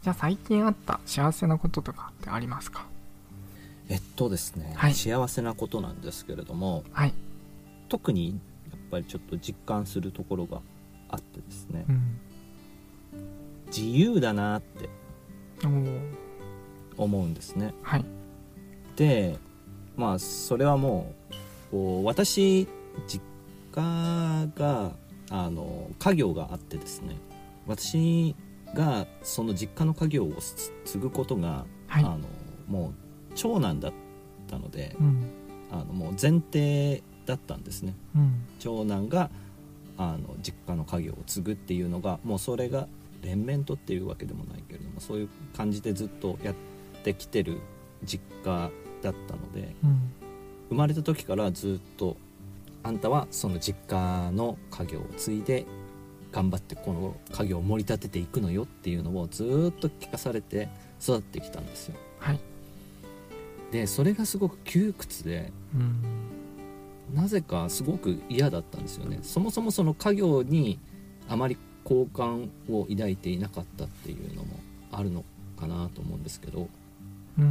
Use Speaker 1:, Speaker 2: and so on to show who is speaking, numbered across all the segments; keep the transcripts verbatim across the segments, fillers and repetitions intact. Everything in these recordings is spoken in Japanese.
Speaker 1: じゃあ最近あった幸せなこととかってありますか？
Speaker 2: えっとですね、
Speaker 1: はい、
Speaker 2: 幸せなことなんですけれども、
Speaker 1: はい、
Speaker 2: 特にやっぱりちょっと実感するところがあってですね、
Speaker 1: うん、
Speaker 2: 自由だなって
Speaker 1: おー、
Speaker 2: 思うんですね。
Speaker 1: はい、
Speaker 2: で、まあそれはもう、こう私実家があの家業があってですね、私がその実家の家業を継ぐことが、
Speaker 1: はい、
Speaker 2: あのもう長男だったので、
Speaker 1: うん、
Speaker 2: あのもう前提だったんですね。
Speaker 1: うん、
Speaker 2: 長男があの実家の家業を継ぐっていうのが、もうそれが連綿とっていうわけでもないけれども、そういう感じでずっとやってきてる実家だったので、
Speaker 1: うん、
Speaker 2: 生まれた時からずっとあんたはその実家の家業を継いで頑張ってこの家業を盛り立てていくのよっていうのをずっと聞かされて育ってきたんですよ。
Speaker 1: はい、
Speaker 2: でそれがすごく窮屈で、
Speaker 1: うん、
Speaker 2: なぜかすごく嫌だったんですよね。そもそもその家業にあまり好感を抱いていなかったっていうのもあるのかなと思うんですけど、
Speaker 1: うん、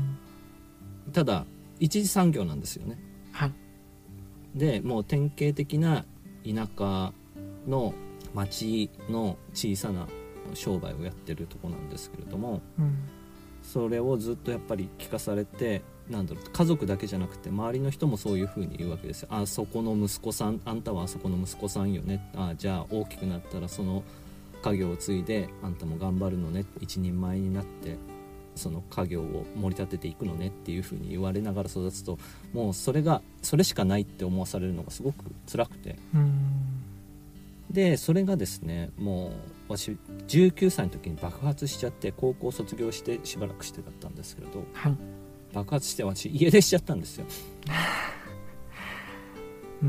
Speaker 2: ただ一次産業なんですよね。
Speaker 1: はい、
Speaker 2: でもう典型的な田舎の町の小さな商売をやってるとこなんですけれども、
Speaker 1: うん、
Speaker 2: それをずっとやっぱり聞かされて、なんだろう、家族だけじゃなくて周りの人もそういう風に言うわけですよ。あそこの息子さん、あんたはあそこの息子さんよね、あじゃあ大きくなったらその家業を継いであんたも頑張るのね、一人前になってその家業を盛り立てていくのねっていう風に言われながら育つと、もうそれがそれしかないって思わされるのがすごく辛くて、
Speaker 1: うん、
Speaker 2: でそれがですね、もう私じゅうきゅうさいの時に爆発しちゃって、高校卒業してしばらくしてだったんですけれど、
Speaker 1: はい、
Speaker 2: 爆発して私家出しちゃったんですよ。
Speaker 1: うん、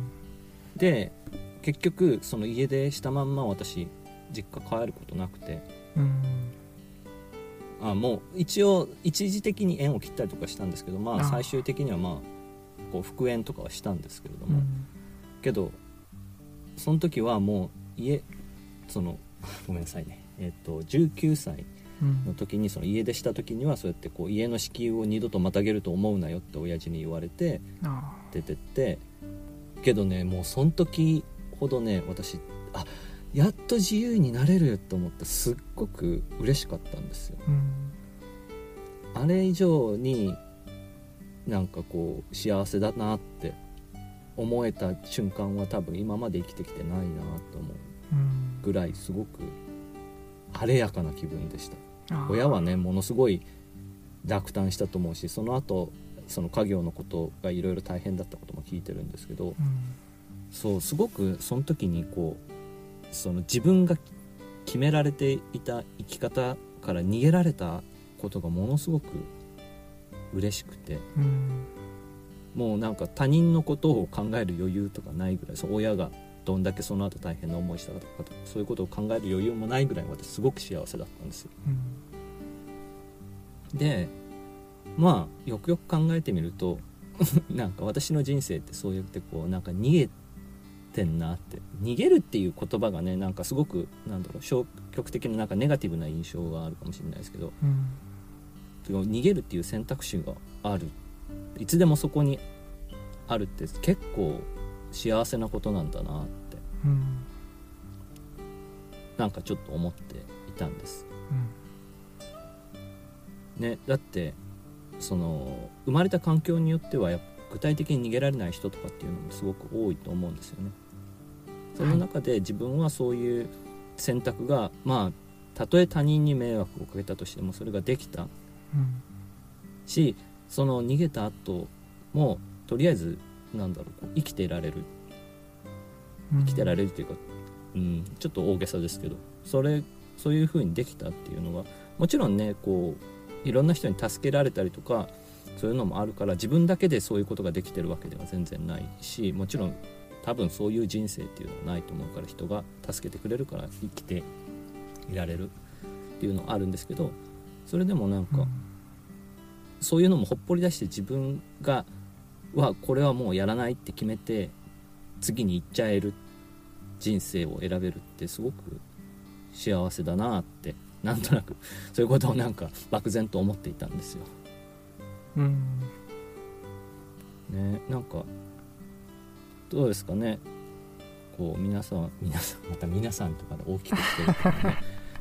Speaker 2: で結局その家出したまんま私実家帰ることなくて、
Speaker 1: うん、
Speaker 2: あもう一応一時的に縁を切ったりとかしたんですけど、まあ
Speaker 1: あ
Speaker 2: 最終的にはまあこう復縁とかはしたんですけれども、
Speaker 1: うん、
Speaker 2: けどその時はもう家そのごめんなさいね、えっとじゅうきゅうさいの時にその家出した時にはそうやってこう家の敷居を二度とまたげると思うなよって親父に言われて出てって、けどねもうその時ほどね私あやっと自由になれると思ってすっごく嬉しかったんですよ、
Speaker 1: うん、
Speaker 2: あれ以上になんかこう幸せだなって思えた瞬間は多分今まで生きてきてないなと思うぐらいすごく晴れやかな気分でした。親はねものすごい落胆したと思うし、その後その家業のことがいろいろ大変だったことも聞いてるんですけど、
Speaker 1: うん、
Speaker 2: そうすごくその時にこうその自分が決められていた生き方から逃げられたことがものすごく嬉しくて、
Speaker 1: うん、
Speaker 2: もうなんか他人のことを考える余裕とかないぐらい、そう親がどんだけその後大変な思いしたかとかそういうことを考える余裕もないぐらい私すごく幸せだったんですよ、うん、でまあよくよく考えてみるとなんか私の人生ってそうやってこうなんか逃げてんなって、逃げるっていう言葉がねなんかすごくなんだろう消極的ななんかネガティブな印象があるかもしれないですけど、うん、逃げるっていう選択肢がある、いつでもそこにあるって結構幸せなことなんだなって、うん、なんかちょっと思っていたんです、うん、ね、だってその生まれた環境によってはやっぱ具体的に逃げられない人とかっていうのもすごく多いと思うんですよね。その中で自分はそういう選択が、まあたとえ他人に迷惑をかけたとしてもそれができた、うん、し、その逃げた後もとりあえずなんだろう生きていられる生きてられるというか、うん、ちょっと大げさですけどそれそういう風にできたっていうのはもちろんねこういろんな人に助けられたりとかそういうのもあるから自分だけでそういうことができてるわけでは全然ないし、もちろん多分そういう人生っていうのはないと思うから人が助けてくれるから生きていられるっていうのはあるんですけど、それでもなんか、うん、そういうのもほっぽり出して自分がはこれはもうやらないって決めて次に行っちゃえる人生を選べるってすごく幸せだなってなんとなくそういうことをなんか漠然と思っていたんですよ。
Speaker 1: うん
Speaker 2: ね、なんかどうですかね、こう皆さん皆さんまた皆さんとかで大きくしてるからね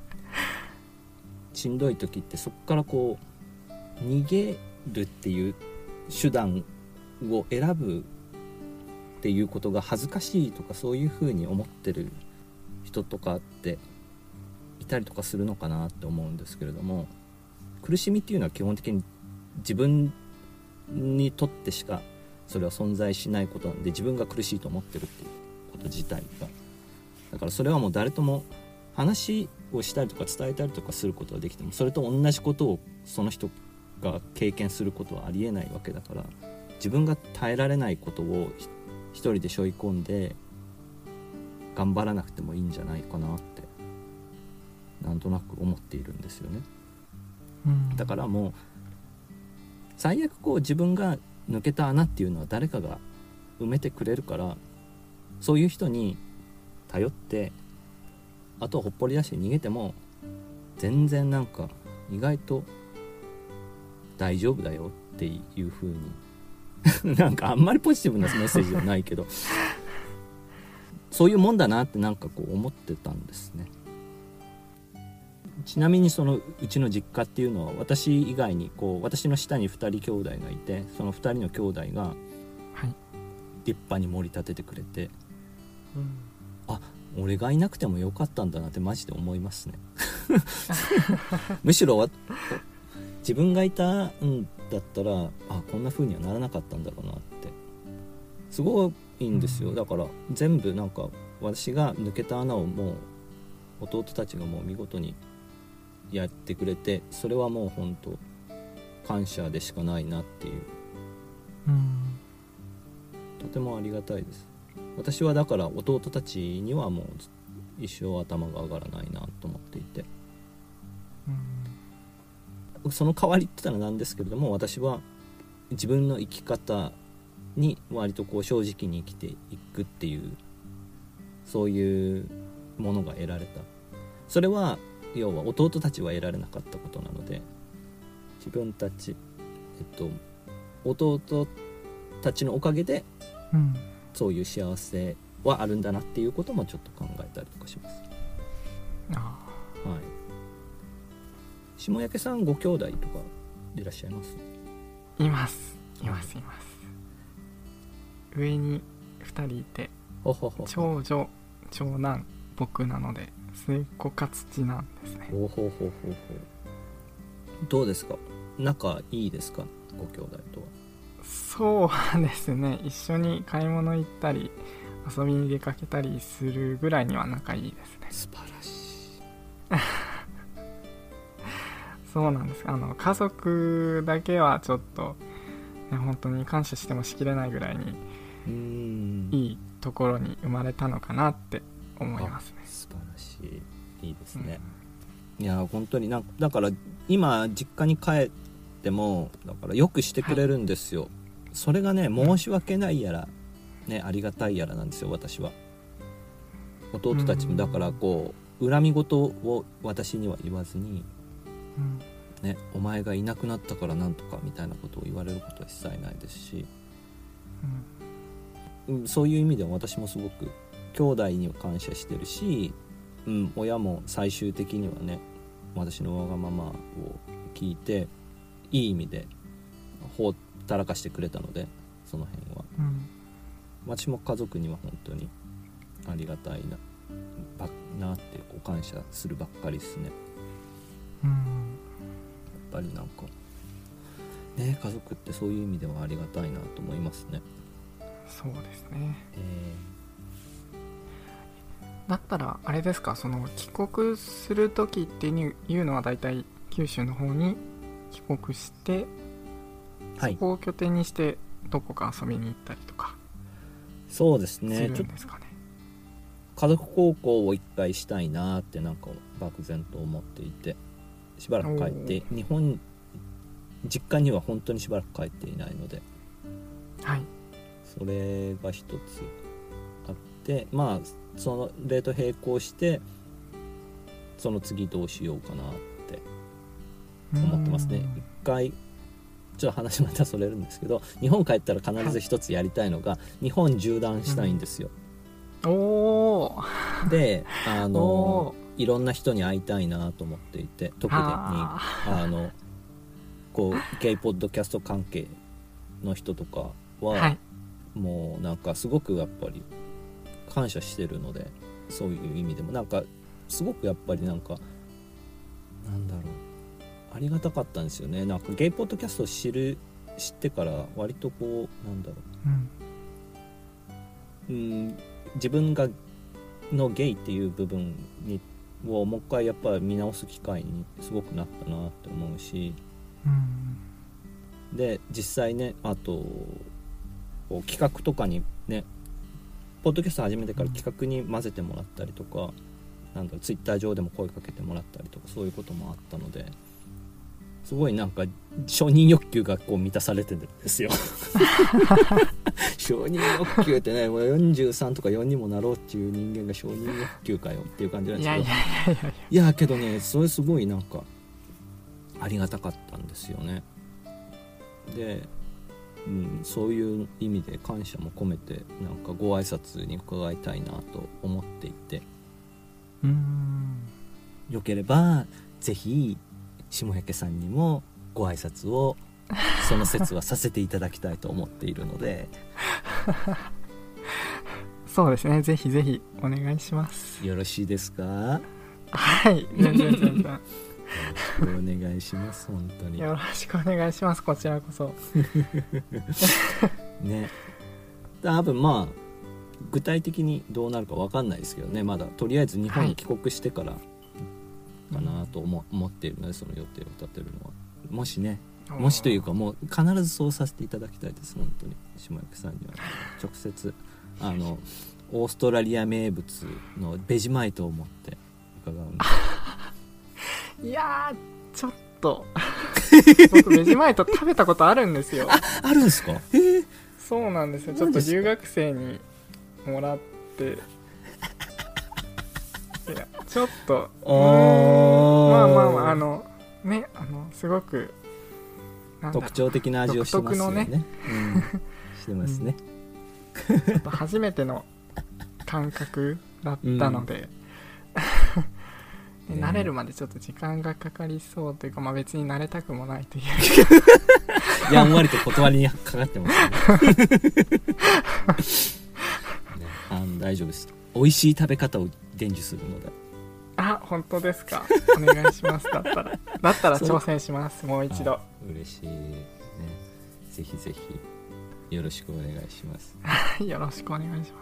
Speaker 2: しんどい時ってそこからこう逃げるっていう手段を選ぶっていうことが恥ずかしいとかそういうふうに思ってる人とかっていたりとかするのかなって思うんですけれども、苦しみっていうのは基本的に自分にとってしかそれは存在しないことなんで、自分が苦しいと思ってるっていうこと自体が、だからそれはもう誰とも話をしたりとか伝えたりとかすることはできても、それと同じことをその人が経験することはありえないわけだから、自分が耐えられないことを一人で背負い込んで頑張らなくてもいいんじゃないかなってなんとなく思っているんですよね。
Speaker 1: うん、
Speaker 2: だからもう最悪こう自分が抜けた穴っていうのは誰かが埋めてくれるから、そういう人に頼ってあとはほっぽり出して逃げても全然なんか意外と大丈夫だよっていう風になんかあんまりポジティブなメッセージではないけどそういうもんだなってなんかこう思ってたんですね。ちなみにそのうちの実家っていうのは私以外にこう私の下にふたり兄弟がいて、そのふたりの兄弟が
Speaker 1: はい
Speaker 2: 立派に盛り立ててくれて、
Speaker 1: うん、
Speaker 2: あ、俺がいなくてもよかったんだなってマジで思いますねむしろ自分がいたんだったらあこんな風にはならなかったんだろうなってすごいんですよ。だから全部なんか私が抜けた穴をもう弟たちがもう見事にやってくれて、それはもう本当感謝でしかないなっていう、
Speaker 1: うん、
Speaker 2: とてもありがたいです。私はだから弟たちにはもう一生頭が上がらないなと思っていて、
Speaker 1: うん、
Speaker 2: その代わりって言ったらなんですけれども、私は自分の生き方に割とこう正直に生きていくっていうそういうものが得られた。それは要は弟たちは得られなかったことなので、自分たち、えっと、弟たちのおかげで、
Speaker 1: うん、
Speaker 2: そういう幸せはあるんだなっていうこともちょっと考えたりとかします。
Speaker 1: あ
Speaker 2: はい。下焼さんご兄弟とかでいらっしゃいます？
Speaker 1: いますいますいます。上にふたりいて、
Speaker 2: ほほほ
Speaker 1: 長女長男僕なので末っ子かつ次男ですね。
Speaker 2: ほほほほほ。どうですか、仲いいですか、ご兄弟とは？
Speaker 1: そうですね、一緒に買い物行ったり遊びに出かけたりするぐらいには仲いいですね。
Speaker 2: 素晴らしい
Speaker 1: そうなんです。あの家族だけはちょっと、ね、本当に感謝してもしきれないぐらいに
Speaker 2: うーん
Speaker 1: いいところに生まれたのかなって思いますね。
Speaker 2: 素晴らしい、いいですね、うん、いや本当になんかだから今実家に帰ってもだからよくしてくれるんですよ、はい、それがね申し訳ないやら、ね、ありがたいやらなんですよ。私は弟たちもだからこう恨み事を私には言わずに、
Speaker 1: うん
Speaker 2: ね、お前がいなくなったからなんとかみたいなことを言われることは一切ないですし、うん、そういう意味では私もすごく兄弟には感謝してるし、うん、親も最終的にはね私のわがままを聞いていい意味でほったらかしてくれたので、その辺は、
Speaker 1: うん、
Speaker 2: 私も家族には本当にありがたいなばなってお感謝するばっかりですね、
Speaker 1: うん、
Speaker 2: やっぱりなんかね家族ってそういう意味ではありがたいなと思いますね。
Speaker 1: そうですね、
Speaker 2: え
Speaker 1: ー、だったらあれですか、その帰国する時っていうのはだいたい九州の方に帰国して、はい、そこを拠点にしてどこか遊びに行ったりとか
Speaker 2: そうですね、
Speaker 1: するんですかね。
Speaker 2: 家族孝行を一回したいなってなんか漠然と思っていて、しばらく帰って日本実家には本当にしばらく帰っていないので、
Speaker 1: はい、
Speaker 2: それが一つあって、まあそれと並行してその次どうしようかなって思ってますね。一回ちょっと話またそれるんですけど、日本帰ったら必ず一つやりたいのが、はい、日本縦断したいんですよ、
Speaker 1: うん、お
Speaker 2: ーであのいろんな人に会いたいなと思っていて、特にあのこうゲイポッドキャスト関係の人とかは、はい、もうなんかすごくやっぱり感謝してるので、そういう意味でもなんかすごくやっぱりなんかなんだろう、ありがたかったんですよね。なんかゲイポッドキャストを知る知ってから割とこうなんだろう、うん、うん自分がのゲイっていう部分にをもう一回やっぱり見直す機会にすごくなったなって思うし、うん、で実際ね、あとこう企画とかにね、ポッドキャスト始めてから企画に混ぜてもらったりとか、なんだろうツイッター上でも声かけてもらったりとか、そういうこともあったので、すごいなんか承認欲求がこう満たされてるんですよ承認欲求ってね、もうよんじゅうさんとかよんにもなろうっていう人間が承認欲求かよっていう感じなんですけど、いやいやいやいやいやけどね、それすごいなんかありがたかったんですよね。で、うん、そういう意味で感謝も込めてなんかご挨拶に伺いたいなと思っていて、うーん、よければぜひ下焼さんにもご挨拶をその説はさせていただきたいと思っているので
Speaker 1: そうですね、ぜひぜひお願いします。
Speaker 2: よろしいですか？
Speaker 1: はい、全然全然よ
Speaker 2: ろしくお願いします。本当に
Speaker 1: よろしくお願いします。こちらこそ
Speaker 2: ね、多分まあ具体的にどうなるか分かんないですけどね、まだとりあえず日本に帰国してから、はいかなと 思, 思っているので、その予定を立てるのはもしね、もしというかもう必ずそうさせていただきたいです。本当に下焼さんには直接あのオーストラリア名物のベジマイトを持って伺うん
Speaker 1: でいやーちょっと僕ベジマイト食べたことあるんですよ。
Speaker 2: あ, あるんですか？えー、
Speaker 1: そうなんですよ。ちょっと留学生にもらっていやちょっとうーんまあまあまああのね、あのすごく
Speaker 2: 特徴的な味をしてますよね。独特のね、うん、してますね、
Speaker 1: うん、ちょっと初めての感覚だったので、うん、慣れるまでちょっと時間がかかりそうというか、まあ別に慣れたくもないという
Speaker 2: やんわりと断りにかかってますねね、あの大丈夫です。美味しい食べ方を伝授するので。
Speaker 1: あ、本当ですか？お願いします。だったらだったら挑戦します。もう一度。
Speaker 2: 嬉しいね。ぜひぜひよろしくお願いします
Speaker 1: よろしくお願いします。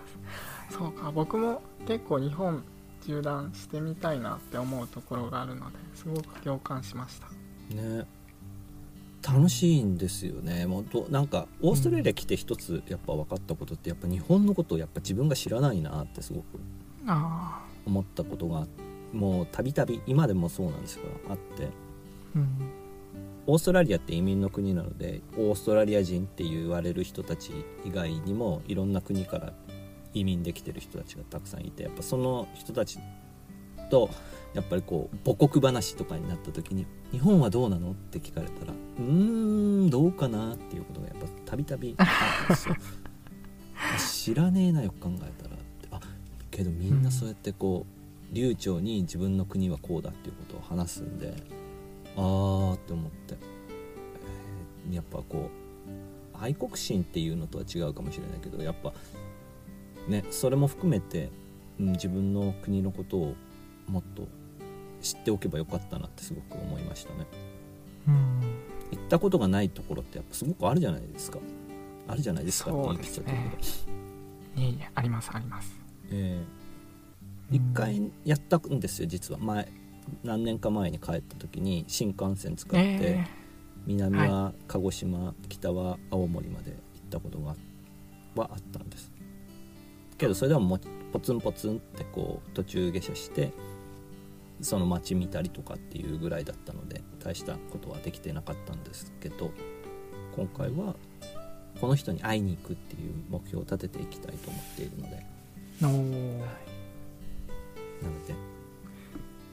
Speaker 1: そうか、僕も結構日本縦断してみたいなって思うところがあるので、すごく共感しました
Speaker 2: ね。楽しいんですよね。もうどなんかオーストラリア来て一つやっぱ分かったことって、やっぱ日本のことをやっぱ自分が知らないなってすごく思ったことがもうたびたび今でもそうなんですがあって、うん、オーストラリアって移民の国なので、オーストラリア人って言われる人たち以外にもいろんな国から移民できてる人たちがたくさんいて、やっぱその人たちとやっぱりこう母国話とかになった時に、日本はどうなのって聞かれたら、うーんどうかなっていうことがやっぱたびたびあるんですよ知らねえなよく考えたらって。あけどみんなそうやってこう、うん、流暢に自分の国はこうだっていうことを話すんで、あーって思って、えー、やっぱこう愛国心っていうのとは違うかもしれないけど、やっぱねそれも含めて、うん、自分の国のことをもっと知っておけばよかったなってすごく思いましたね。うん、行ったことがないところってやっぱすごくあるじゃないですか。あるじゃないですかって言ってたけど、
Speaker 1: いえいえ、ありますあります。
Speaker 2: えー、一回やったんですよ実は。前何年か前に帰った時に新幹線使って、えー、南は鹿児島、はい、北は青森まで行ったことがはあったんですけど、それでももうポツンポツンってこう途中下車してその街見たりとかっていうぐらいだったので、大したことはできてなかったんですけど、今回はこの人に会いに行くっていう目標を立てていきたいと思っているので、おー、はい、なので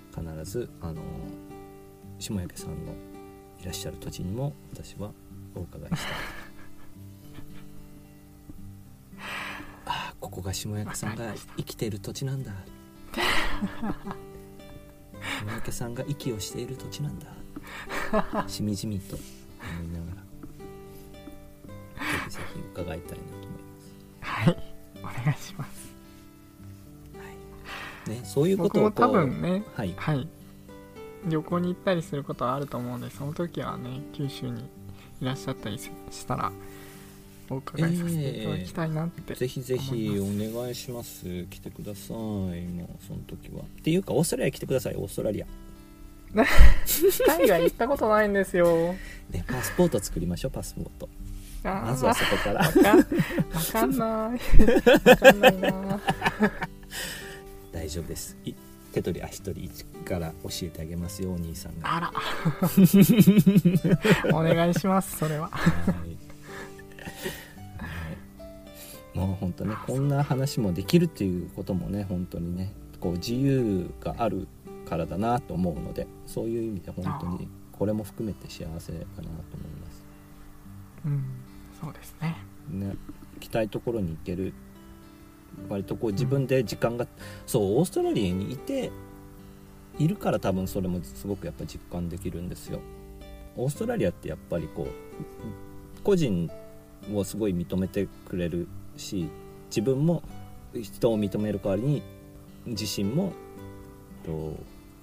Speaker 2: 必ずあの下焼さんのいらっしゃる土地にも私はお伺いしたいああここが下焼さんが生きている土地なんだ下焼さんが息をしている土地なんだしみじみと思いながらぜひぜひ伺いたいなと思います
Speaker 1: はいお願いします、
Speaker 2: はいね、そういうことを
Speaker 1: 僕も多分ね、
Speaker 2: はい、
Speaker 1: はい、旅行に行ったりすることはあると思うんで、その時はね九州にいらっしゃったりしたらお伺いさせていただきたいなって、えー、
Speaker 2: ぜひぜひお願いします。来てください。もうその時はっていうかオーストラリア来てください。オーストラリア
Speaker 1: 海外行ったことないんですよ、
Speaker 2: ね、パスポート作りましょう。パスポートまずはそこから
Speaker 1: わかん、わかんないわかんないな
Speaker 2: 大丈夫です。手取り足取り一から教えてあげますよお兄さんが。
Speaker 1: あらお願いしますそれははい、
Speaker 2: もう本当ねこんな話もできるっていうこともね本当にねこう自由があるからだなと思うので、そういう意味で本当にこれも含めて幸せかなと思います。
Speaker 1: うん、そうですね。
Speaker 2: ね、行きたいところに行ける、割とこう自分で時間が、うん、そうオーストラリアにいているから多分それもすごくやっぱ実感できるんですよ。オーストラリアってやっぱりこう個人をすごい認めてくれるし、自分も人を認める代わりに自身もと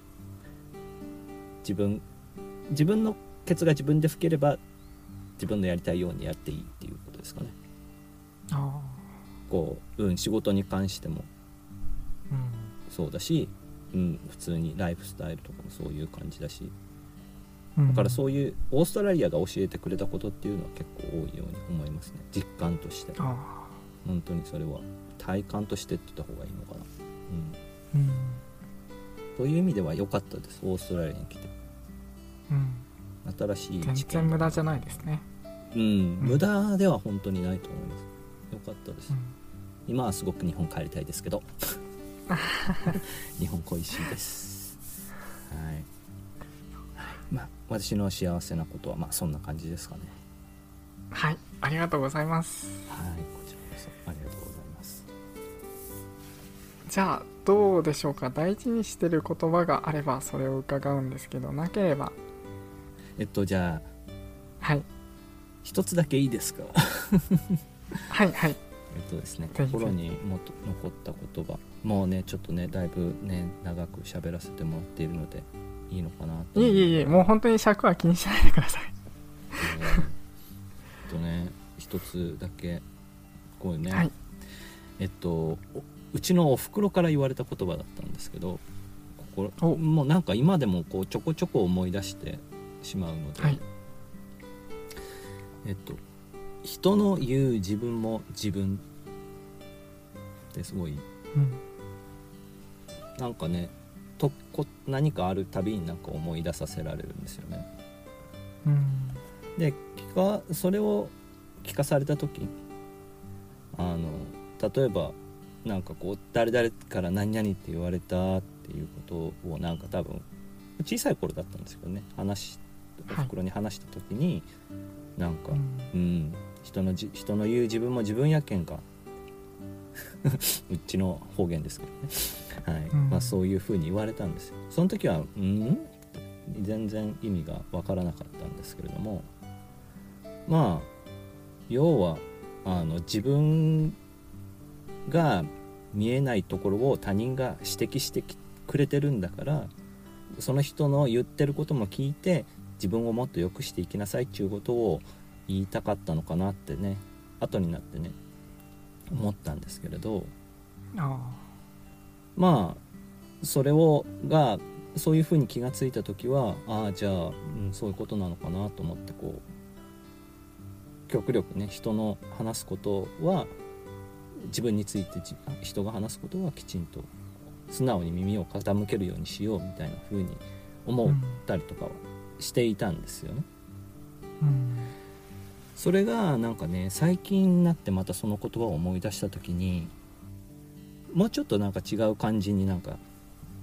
Speaker 2: 自分自分のケツが自分で吹ければ自分のやりたいようにやっていいっていうことですかね。
Speaker 1: あ
Speaker 2: こう、うん、仕事に関しても
Speaker 1: うん
Speaker 2: そうだし、うん、普通にライフスタイルとかもそういう感じだし、
Speaker 1: うん、
Speaker 2: だからそういうオーストラリアが教えてくれたことっていうのは結構多いように思いますね。実感として。
Speaker 1: あ
Speaker 2: 本当にそれは体感としてって言った方がいいのかな。
Speaker 1: うん、うん
Speaker 2: そういう意味では良かったです。オーストラリアに来て、
Speaker 1: うん、
Speaker 2: 新しい
Speaker 1: 全然無駄じゃないですね。
Speaker 2: うん、うん、無駄では本当にないと思います。良かったです、うん、今はすごく日本帰りたいですけど日本恋しいです。はい、はい、まあ私の幸せなことはまあそんな感じですかね。
Speaker 1: はい、ありがとうございます。
Speaker 2: はい、こちらこそありがとうございます。
Speaker 1: じゃあどうでしょうか。大事にしてる言葉があればそれを伺うんですけど、なければ
Speaker 2: えっとじゃあ
Speaker 1: はい
Speaker 2: 一つだけいいですか
Speaker 1: はいはい。
Speaker 2: えっとですね心にもと残った言葉、もうねちょっとねだいぶね長く喋らせてもらっているのでいいのかなと。
Speaker 1: いえいえいえ、もう本当に尺は気にしないでください。
Speaker 2: えー、えっとね一つだけこうね、
Speaker 1: はい、え
Speaker 2: っとうちのおふくろから言われた言葉だったんですけど、ここもうなんか今でもこうちょこちょこ思い出してしまうので、はい、えっと人の言う自分も自分ってすごい、うん、なんかねとこ何かあるたびになんか思い出させられるんですよね。
Speaker 1: うん、
Speaker 2: で聞かそれを聞かされた時、あの例えばなんかこう誰々から何々って言われたっていうことをなんか多分小さい頃だったんですけどね、話おふくろに話した時に、はい、なんか、うん、うん、人のじ人の言う自分も自分やけんかうちの方言ですけどね、はい、うん、まあ、そういう風に言われたんですよ。その時はうん全然意味が分からなかったんですけれども、まあ要はあの自分が見えないところを他人が指摘してくれてるんだから、その人の言ってることも聞いて自分をもっと良くしていきなさいっていうことを言いたかったのかなってね後になってね思ったんですけれど、
Speaker 1: あ
Speaker 2: まあそれをがそういうふうに気がついた時はああじゃあ、うん、そういうことなのかなと思ってこう極力ね人の話すことは自分について人が話すことはきちんと素直に耳を傾けるようにしようみたいな風に思ったりとかはしていたんですよね、
Speaker 1: うん、
Speaker 2: それがなんかね最近になってまたその言葉を思い出した時にもうちょっとなんか違う感じになんか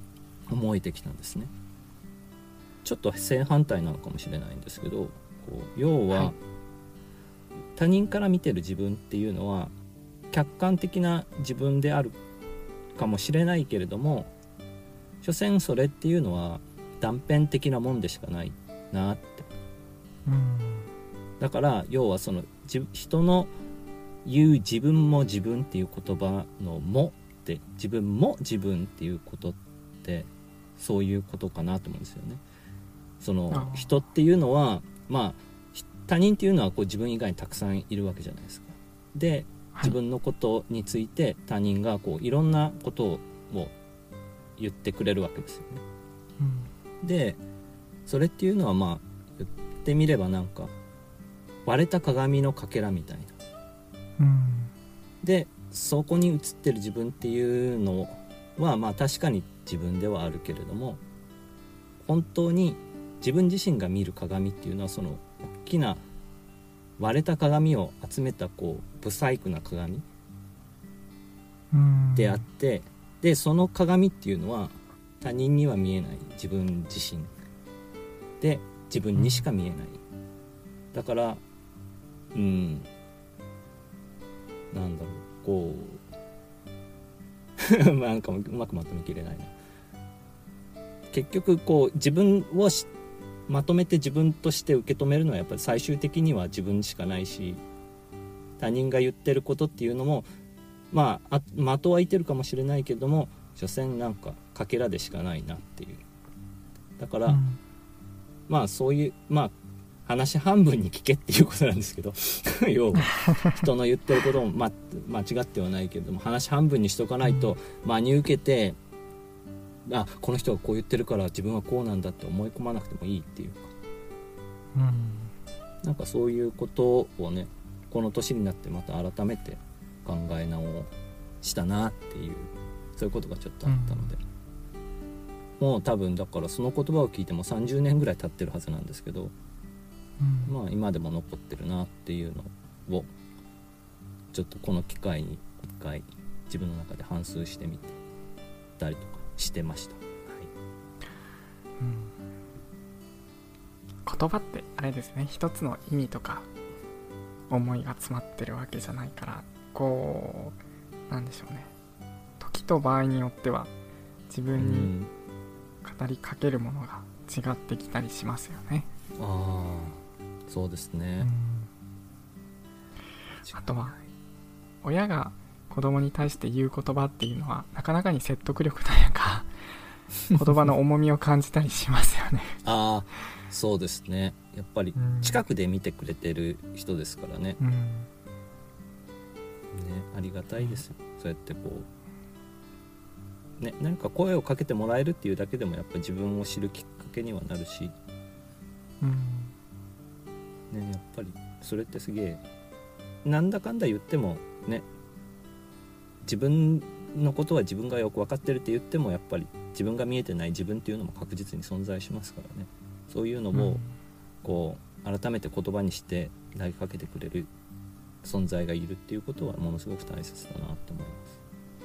Speaker 2: 思えてきたんですね。ちょっと正反対なのかもしれないんですけど、こう要は、はい、他人から見てる自分っていうのは客観的な自分であるかもしれないけれども、所詮それっていうのは断片的なもんでしかないなって。うん、だから要はその人の言う自分も自分っていう言葉のもって自分も自分っていうことってそういうことかなと思うんですよね。その人っていうのはまあ他人っていうのはこう自分以外にたくさんいるわけじゃないですか。で自分のことについて他人がこういろんなことを言ってくれるわけですよね。うん、でそれっていうのはまあ言ってみればなんか割れた鏡のかけらみたいな。うん、でそこに映ってる自分っていうのはまあ確かに自分ではあるけれども、本当に自分自身が見る鏡っていうのはその大きな割れた鏡を集めたこう不細工な鏡であって、でその鏡っていうのは他人には見えない自分自身で自分にしか見えない。だからうんなんだろうこうなんかうまくまとめきれないな。結局こう自分をまとめて自分として受け止めるのはやっぱり最終的には自分しかないし、他人が言ってることっていうのもまあ的はいてるかもしれないけども、所詮なんかかけらでしかないなっていう。だから、うん、まあそういうまあ話半分に聞けっていうことなんですけど要は人の言ってることも、ま、間違ってはないけれども話半分にしとかないと真に受けて、あこの人がこう言ってるから自分はこうなんだって思い込まなくてもいいっていうか、うん、なんかそういうことをねこの年になってまた改めて考え直したなっていう、そういうことがちょっとあったので、うん、もう多分だからその言葉を聞いてもさんじゅうねんぐらい経ってるはずなんですけど、うん、まあ今でも残ってるなっていうのをちょっとこの機会に一回自分の中で反芻してみてたりとかしてました。はい、
Speaker 1: うん、言葉ってあれですね、一つの意味とか思いが詰まってるわけじゃないから、こうなんでしょうね、時と場合によっては自分に語りかけるものが違ってきたりしますよね。
Speaker 2: うん、ああそうですね。
Speaker 1: うん、あとは親が子供に対して言う言葉っていうのはなかなかに説得力というか言葉の重みを感じたりしますよね。
Speaker 2: ああそうですね、やっぱり近くで見てくれてる人ですからね、うん、ねありがたいですよ。そうやってこう、ね、何か声をかけてもらえるっていうだけでもやっぱり自分を知るきっかけにはなるし、うんね、やっぱりそれってすげえなんだかんだ言ってもね、自分のことは自分がよく分かってるって言ってもやっぱり自分が見えてない自分っていうのも確実に存在しますからね。そういうのをこう改めて言葉にして投げかけてくれる存在がいるっていうことはものすごく大切だなと思います。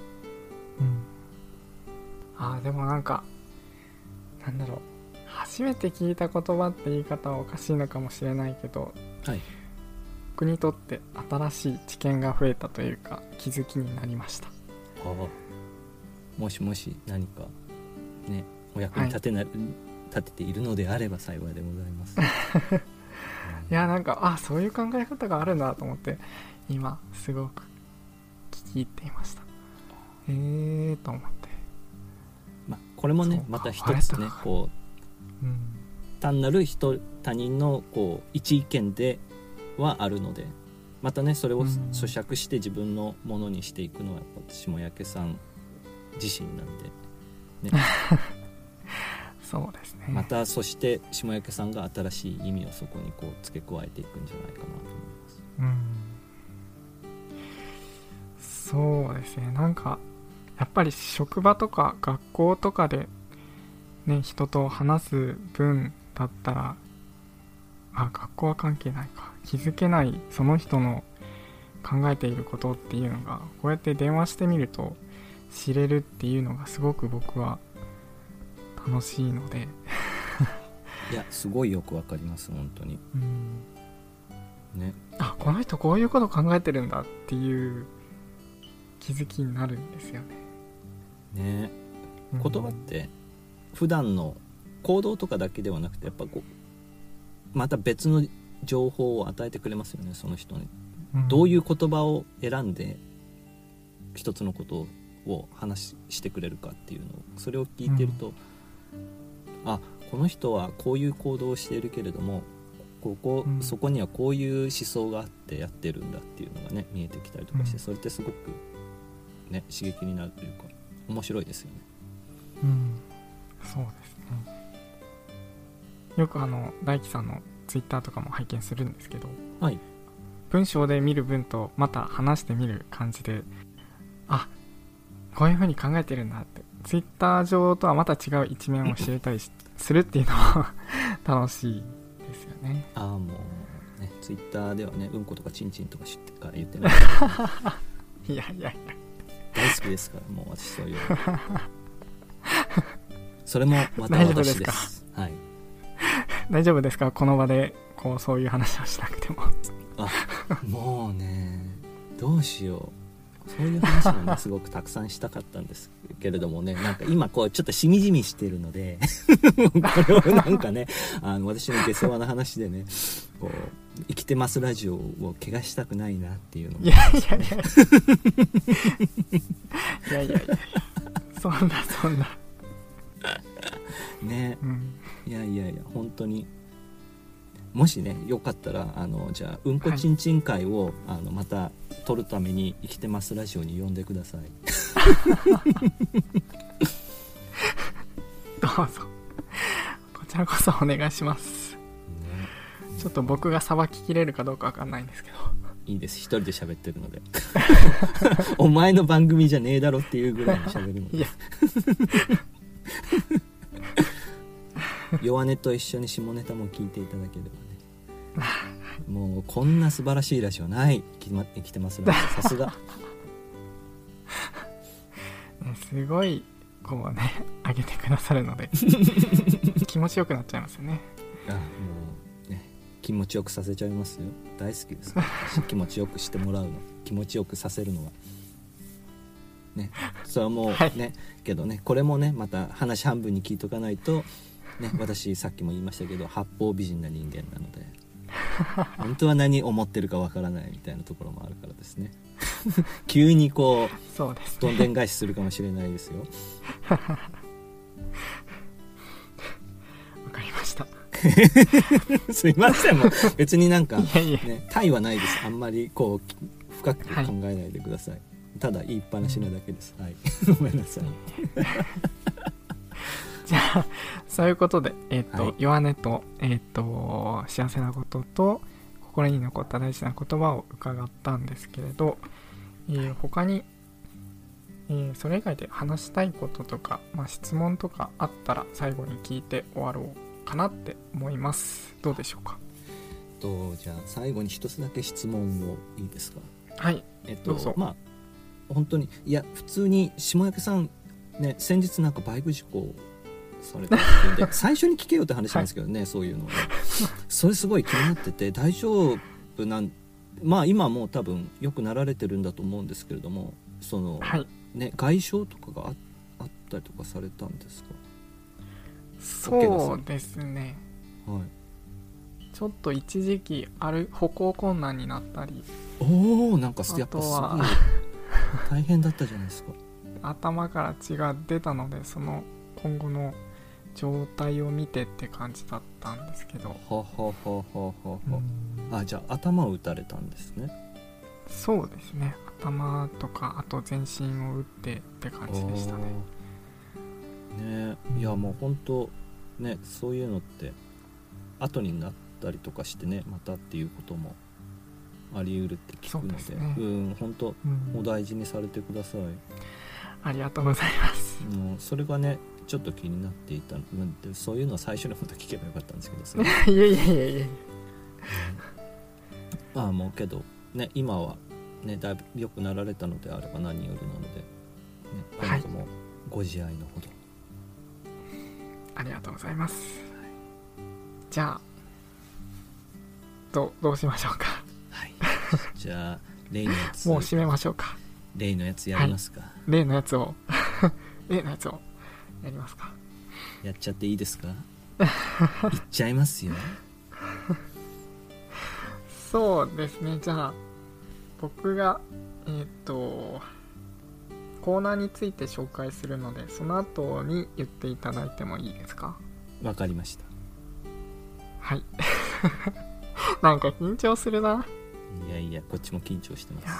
Speaker 1: うん、あでもなんかなんだろう、初めて聞いた言葉って言い方はおかしいのかもしれないけど、はい、僕にとって新しい知見が増えたというか気づきになりました。あ
Speaker 2: あ、もしもし何かねお役に立てな、はい、立てているのであれば幸いでございます。
Speaker 1: いやなんかあそういう考え方があるなと思って今すごく聞き入っていました。えーと思って、
Speaker 2: まあ、これもねまた一つねこう、うん、単なる人他人のこう一意見ではあるので、またねそれを咀嚼して自分のものにしていくのはやっぱ下焼さん自身なんで、ね、
Speaker 1: そうですね。
Speaker 2: またそして下焼さんが新しい意味をそこにこう付け加えていくんじゃないかなと思います。
Speaker 1: うん、そうですね。なんかやっぱり職場とか学校とかでね人と話す分だったら、あ学校は関係ないか、気づけないその人の考えていることっていうのがこうやって電話してみると知れるっていうのがすごく僕は楽しいので
Speaker 2: いやすごいよくわかります本当に、うんね、
Speaker 1: あこの人こういうこと考えてるんだっていう気づきになるんですよね。
Speaker 2: ね、言葉って普段の行動とかだけではなくてやっぱこうまた別の情報を与えてくれますよねその人に、うん、どういう言葉を選んで一つのことを話してくれるかっていうのをそれを聞いてると、うん、あこの人はこういう行動をしているけれどもここ、うん、そこにはこういう思想があってやってるんだっていうのがね見えてきたりとかして、うん、それってすごくね刺激になるというか面白いですよね。
Speaker 1: うん、そうですね。よくあの大樹さんのツイッターとかも拝見するんですけど、
Speaker 2: はい、
Speaker 1: 文章で見る分とまた話してみる感じであこういう風に考えてるんだってツイッター上とはまた違う一面を知れたりするっていうのは楽しいですよね。
Speaker 2: ああもうねツイッターではねうんことかチンチンとか知ってから言ってない、
Speaker 1: いやいやいや
Speaker 2: 大好きですからもう私そういうそれもまた私です。はい、
Speaker 1: 大丈夫ですかこの場でこうそういう話をしなくても
Speaker 2: あもうねどうしようそういう話もねすごくたくさんしたかったんですけれどもねなんか今こうちょっとしみじみしてるのでこれをなんかねあの私の下世話な話でねこう生きてますラジオを怪我したくないなっていうのも、ね、
Speaker 1: いやいやいやいやいやいやそんなそんな
Speaker 2: ね、
Speaker 1: うん、
Speaker 2: いやいやいや本当にもしねよかったらあのじゃあうんこちんちん会を、はい、あのまた撮るために生きてますラジオに呼んでください
Speaker 1: どうぞこちらこそお願いします、ね、ちょっと僕がさばききれるかどうかわかんないんですけど
Speaker 2: いいです一人で喋ってるのでお前の番組じゃねえだろっていうぐらいに喋るのでいや弱音と一緒に下ネタも聞いていただければねもうこんな素晴らしいラジオない生きてますねさすが
Speaker 1: すごいこうね上げてくださるので気持ちよくなっちゃいますよね。
Speaker 2: あもうね気持ちよくさせちゃいますよ大好きです気持ちよくしてもらうの気持ちよくさせるのはねそれはもうね、はい、けどねこれもねまた話半分に聞いとかないとね、私さっきも言いましたけど八方美人な人間なので本当は何思ってるかわからないみたいなところもあるからですね急にこう、
Speaker 1: そうですね、
Speaker 2: どんでん返しするかもしれないですよ
Speaker 1: わかりました
Speaker 2: すいませんもう別になんか、ね、対はないですあんまりこう深く考えないでください、はい、ただ言いっぱなしなだけです、うん、はいごめんなさい
Speaker 1: じゃあそういうことで、えーと
Speaker 2: はい、
Speaker 1: 弱音と、えーと、幸せなことと心に残った大事な言葉を伺ったんですけれど、えー、他に、えー、それ以外で話したいこととか、まあ、質問とかあったら最後に聞いて終わろうかなって思います。どうでしょうか。
Speaker 2: とじゃあ最後に一つだけ質問をいいですか。
Speaker 1: はい、
Speaker 2: えっと
Speaker 1: どうぞ。
Speaker 2: まあ本当にいや普通に下焼さんね先日なんかバイク事故されたっていうんで最初に聞けよって話なんですけどね、はい、そういうのねそれすごい気になってて大丈夫なんまあ今もう多分よくなられてるんだと思うんですけれどもその、
Speaker 1: はい
Speaker 2: ね、外傷とかが あ, あったりとかされたんですか。
Speaker 1: そうですね、
Speaker 2: はい、
Speaker 1: ちょっと一時期ある歩行困難になったり
Speaker 2: おおなんかやっぱすごい大変だったじゃないですか
Speaker 1: 頭から血が出たのでその今後の状態を見てって感じだったんですけどは
Speaker 2: はははははあじゃあ頭を打たれたんですね。
Speaker 1: そうですね頭とかあと全身を打ってって感じでしたね。
Speaker 2: ねいやもう本当ねそういうのって後になったりとかしてねまたっていうこともあり得るって聞くので、
Speaker 1: そうですね、
Speaker 2: うん本当、うん、お大事にされてください。
Speaker 1: ありがとうございます。
Speaker 2: もうそれがねちょっと気になっていたのでそういうのは最初のこと聞けばよかったんですけどさ
Speaker 1: いやいやいやいや
Speaker 2: まあもうけどね今はねだいぶ良くなられたのであれば何よりなので、ね、今後もご自愛のほど、
Speaker 1: あありがとうございます。じゃあど, どうしましょうか。
Speaker 2: はい、じゃあ例のやつ
Speaker 1: もう締めましょうか。
Speaker 2: 例のやつやりますか。はい、
Speaker 1: 例のやつを例のやつをやりますか。
Speaker 2: やっちゃっていいですか。いっちゃいますよ。
Speaker 1: そうですね。じゃあ僕がえー、っとコーナーについて紹介するので、その後に言っていただいてもいいですか。
Speaker 2: わかりました。はい
Speaker 1: なんか緊張するな。
Speaker 2: いやいや、こっちも緊張してます。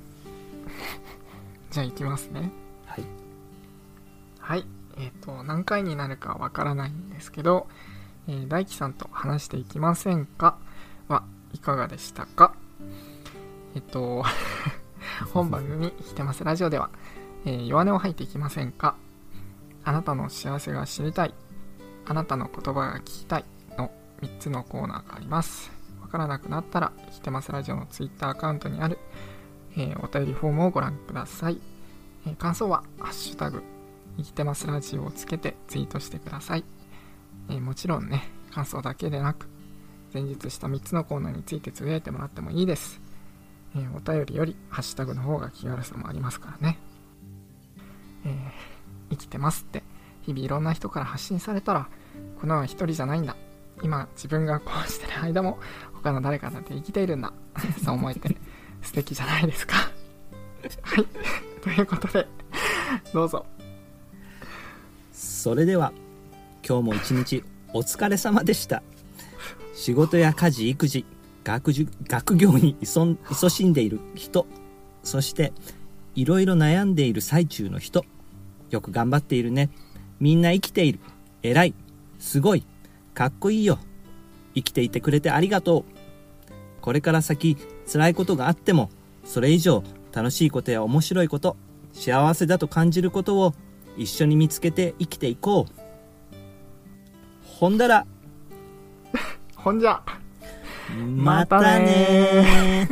Speaker 1: じゃあ行きますね。
Speaker 2: はい
Speaker 1: はい。えっと何回になるかわからないんですけど、えー、大輝さんと話していきませんかはいかがでしたか。えっと本番組「ひてますラジオ」では、えー、弱音を吐いていきませんか。あなたの幸せが知りたい、あなたの言葉が聞きたいのみっつのコーナーがあります。わからなくなったらひてますラジオのツイッターアカウントにある、えー、お便りフォームをご覧ください。えー、感想はハッシュタグ生きてますラジオをつけてツイートしてください。えー、もちろんね、感想だけでなく前日したみっつのコーナーについてつぶやいてもらってもいいです。えー、お便りよりハッシュタグの方が気軽さもありますからね。えー、生きてますって日々いろんな人から発信されたら、この世は一人じゃないんだ、今自分がこうしてる間も他の誰かだって生きているんだそう思えて素敵じゃないですか。はいということでどうぞ。
Speaker 2: それでは今日も一日お疲れ様でした。仕事や家事育児 学, 学業に勤しんでいる人、そしていろいろ悩んでいる最中の人、よく頑張っているね。みんな生きている、偉い、すごい、かっこいいよ。生きていてくれてありがとう。これから先辛いことがあっても、それ以上楽しいことや面白いこと、幸せだと感じることを一緒に見つけて生きていこう。ほんだら
Speaker 1: ほんじゃ
Speaker 2: またね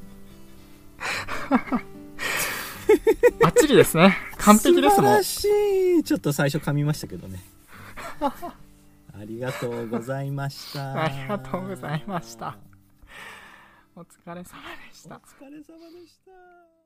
Speaker 1: バッチリですね。完璧ですもん。
Speaker 2: 素晴らしい。ちょっと最初噛みましたけどね。ありがとうございました。
Speaker 1: ありがとうございました。お疲れ様でした。
Speaker 2: お疲れ様でした。